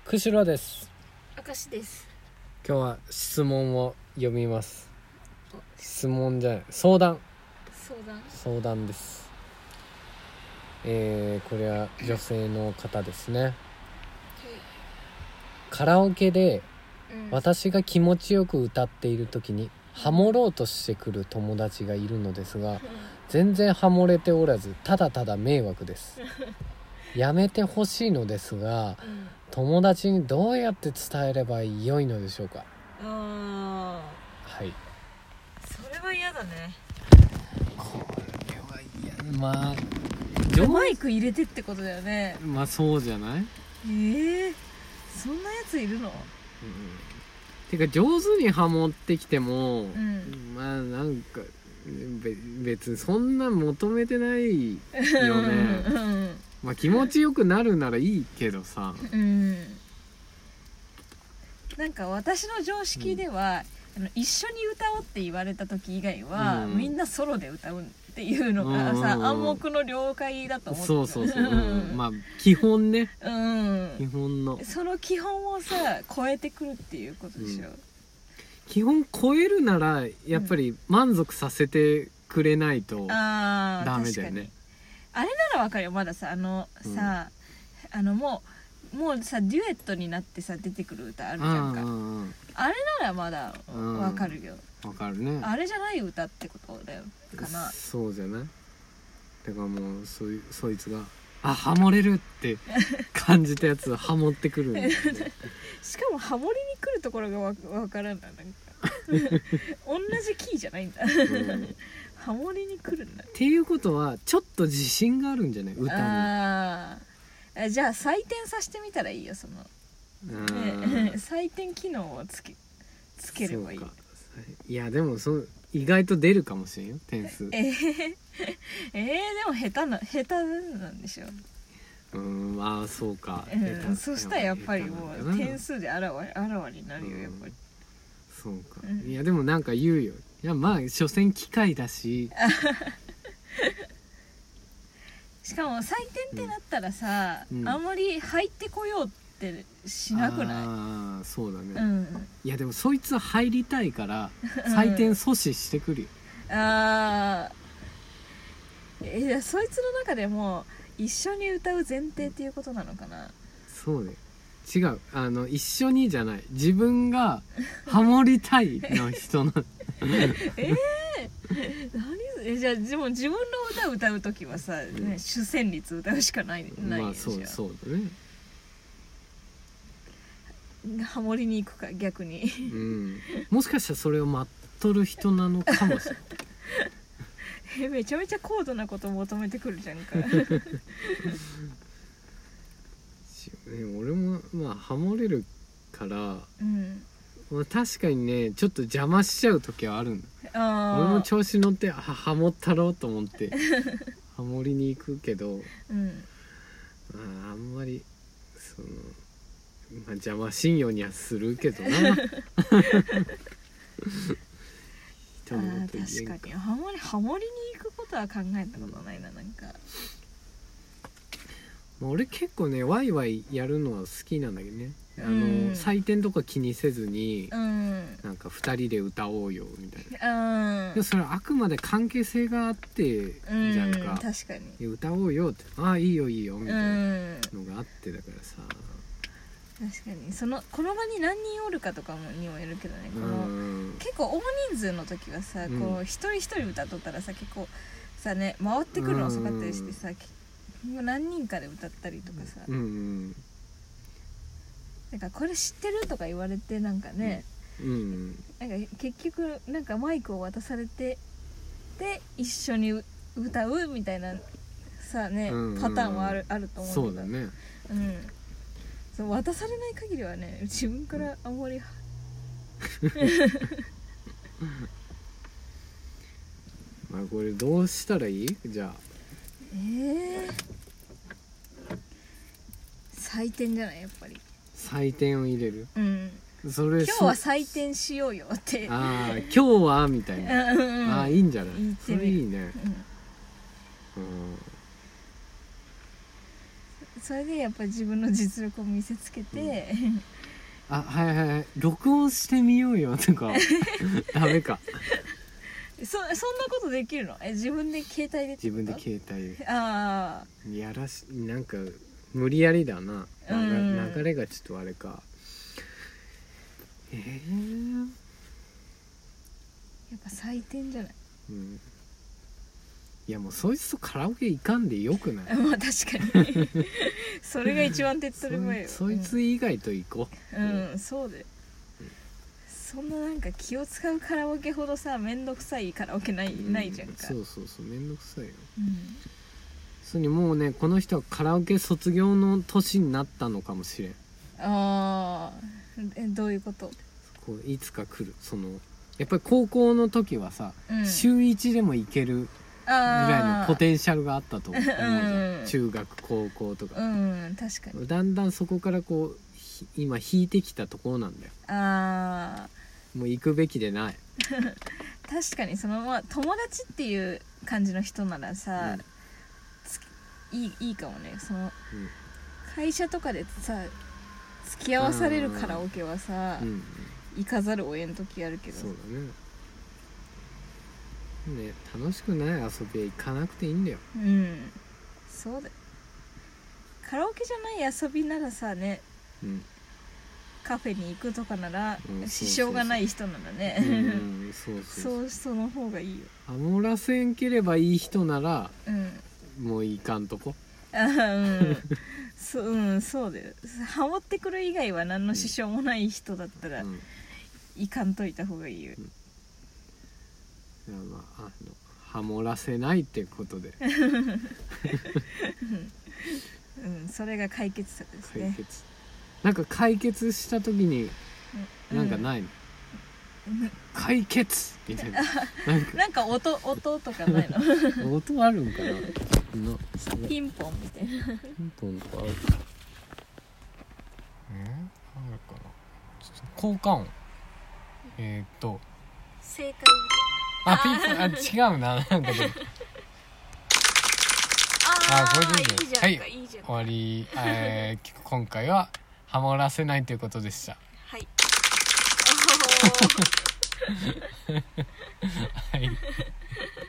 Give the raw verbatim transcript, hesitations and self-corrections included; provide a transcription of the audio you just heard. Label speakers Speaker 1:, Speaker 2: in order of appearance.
Speaker 1: 釧路です。
Speaker 2: 明石です。
Speaker 1: 今日は質問を読みます。質問じゃない、相談
Speaker 2: 相談
Speaker 1: 相談です。えー、これは女性の方ですね。カラオケで私が気持ちよく歌っている時にハモろうとしてくる友達がいるのですが、全然ハモれておらず、ただただ迷惑です。やめてほしいのですが、うん、友達にどうやって伝えれば良いのでしょうか。
Speaker 2: あ
Speaker 1: はい。
Speaker 2: それは嫌だね。
Speaker 1: これは嫌。まあ
Speaker 2: マイク入れてってことだよね。
Speaker 1: まあそうじゃない。
Speaker 2: えー、そんなやついるの？うん、
Speaker 1: てか上手にハモってきても、うん、まあなんか別にそんな求めてないよね。うんまあ気持ちよくなるならいいけどさ、うん、
Speaker 2: なんか私の常識では、うん、あの一緒に歌おうって言われた時以外は、うん、みんなソロで歌うっていうのがさ、うん、暗黙の了解だと思って。
Speaker 1: そうそうそう、うん、まあ基本ね、うん、基本の
Speaker 2: その基本をさ超えてくるっていうことでしょ、うん、
Speaker 1: 基本超えるならやっぱり満足させてくれないとダメだよね。
Speaker 2: あれならわかるよ。まださあのさ、うん、あのもうもうさデュエットになってさ出てくる歌あるじゃんか。あれならまだわかるよ。
Speaker 1: わかるね。
Speaker 2: あれじゃない歌ってことだよかな。
Speaker 1: そうじゃない。だからもうそいそいつがあハモれるって感じたやつをハモってくるんだよね。
Speaker 2: しかもハモりに来るところがわわからんな。なんか同じキーじゃないんだ。うんハモりに来るんだ
Speaker 1: っていうことはちょっと自信があるんじゃない歌に。あ
Speaker 2: あじゃあ採点させてみたらいいよその、ね、採点機能をつけつければいい。
Speaker 1: いやでもそう意外と出るかもしれんよ点数。
Speaker 2: えー、えー、でも下手な下手なんでしょ。
Speaker 1: うーんまあそうか、
Speaker 2: うん、そしたらやっぱりもう点数であらわあらわになるよやっぱり。
Speaker 1: そうか、うん、いやでもなんか言うよ。いやまあ所詮機械だし
Speaker 2: しかも採点ってなったらさ、うん、あんまり入ってこようってしなくない？
Speaker 1: ああそうだね、うん、いやでもそいつは入りたいから採点阻止してくるよ、
Speaker 2: うん、ああいやそいつの中でも一緒に歌う前提っていうことなのかな。
Speaker 1: そうね違うあの一緒にじゃない自分がハモりたいの人の
Speaker 2: えー、何えじゃあでも自分の歌歌う時はさ、うんね、主旋律歌うしかないない
Speaker 1: まあそうそうだ
Speaker 2: ね。ハモりに行くか逆に、
Speaker 1: うん、もしかしたらそれを待っとる人なのかもしれない。
Speaker 2: えめちゃめちゃ高度なこと求めてくるじゃんか。
Speaker 1: 俺もまあハモれるから、うんまあ、確かにねちょっと邪魔しちゃう時はあるんだ。あ俺も調子乗ってハモったろうと思ってハモりに行くけど、うんまあ、あんまりその、まあ、邪魔しんようにはするけどな。
Speaker 2: 人のこと言えんか。あ確かにハモりハモりに行くことは考えたことないな。なんか
Speaker 1: 俺結構ねワイワイやるのは好きなんだけどね。あの、うん、採点とか気にせずに、うん、なんかふたりで歌おうよみたいな、うん、でそれはあくまで関係性があってじゃんか、うん、
Speaker 2: 確かに
Speaker 1: 歌おうよってああいいよいいよみたいなのがあってだからさ、
Speaker 2: 確かにそのこの場に何人おるかとかもにもよるけどね。この、うん、結構大人数の時はさ、うん、こう一人一人歌っとったらさ結構さね回ってくるの遅かったりしてさ、うん、何人かで歌ったりとかさ、うんうんなんかこれ知ってるとか言われてなんかね、うん、なんか結局なんかマイクを渡されてで一緒に歌うみたいなさね、うんうん、パターンはあるあると思うけど、
Speaker 1: そうだね、
Speaker 2: うん、そう渡されない限りはね自分からあんまり、うん、
Speaker 1: まあこれどうしたらいい？じゃあ
Speaker 2: えー、採点じゃないやっぱり。
Speaker 1: 採点を入れる、うん、
Speaker 2: それ今日は採点しようよって
Speaker 1: ああ今日はみたいな、うんうん、ああいいんじゃない。それいいね、うんうん、
Speaker 2: それでやっぱり自分の実力を見せつけて、うん、
Speaker 1: あはいはいはい録音してみようよとかダメか
Speaker 2: そ, そんなことできるの？え自分で携帯で
Speaker 1: 自分で携帯で
Speaker 2: ああ
Speaker 1: やらしなんか無理やりだな、うん、流れがちょっとあれかえー、
Speaker 2: やっぱ採点じゃない、
Speaker 1: うん、いやもうそいつとカラオケ行かんでよくない？
Speaker 2: まあ確かにそれが一番手っ取り早いよ。
Speaker 1: そ, そいつ以外と行こ
Speaker 2: う、うん、うん、そうで、うん、そんななんか気を使うカラオケほどさめんどくさいカラオケない、うん、ないじゃんか。
Speaker 1: そうそうそうめんどくさいよ、
Speaker 2: うん、
Speaker 1: それにもうねこの人はカラオケ卒業の年になったのかもしれん。
Speaker 2: あーえどういうこと？
Speaker 1: こういつか来るそのやっぱり高校の時はさ、うん、週いちでも行けるぐらいのポテンシャルがあったと思うじゃん、うん、中学高校とか、
Speaker 2: うん、確かに
Speaker 1: だんだんそこからこう今引いてきたところなんだよ。
Speaker 2: あ
Speaker 1: もう行くべきでない
Speaker 2: 確かにその、まあ、友達っていう感じの人ならさ、うん、いい、いいかもねその、うん、会社とかでさ付き合わされるカラオケはさ、うん、行かざるを得ん時あるけど。
Speaker 1: そうだねね、楽しくない遊びは行かなくていいんだよ。
Speaker 2: うんそうだよ。カラオケじゃない遊びならさね、うん、カフェに行くとかなら、うん、支障がない人ならね、うん、そうそうそうその方がいいよ。
Speaker 1: ハモらせんければいい人なら、うん、もういかんとこ。
Speaker 2: あうんそ, うん、そうだよ。ハモってくる以外は何の支障もない人だったら、うん、いかんといた方がいいよ、うん
Speaker 1: いやまあ、あのハモらせないってことで
Speaker 2: うん、それが解決策ですね。
Speaker 1: 解決なんか解決した時に、うん、なんかないの、うん、解決みたいな
Speaker 2: なんかなんか音音とかないの
Speaker 1: 音あるんかなの
Speaker 2: ピンポンみたいな
Speaker 1: ピンポンとかあるえー、あるかなちょっと効果音えー、っと
Speaker 2: 正解
Speaker 1: あ、ピープあ違うななんかでも
Speaker 2: ああこれでいいじゃん、
Speaker 1: はい、いいじゃん終わり、えー、今回はハモらせないということでした。
Speaker 2: はい
Speaker 1: はい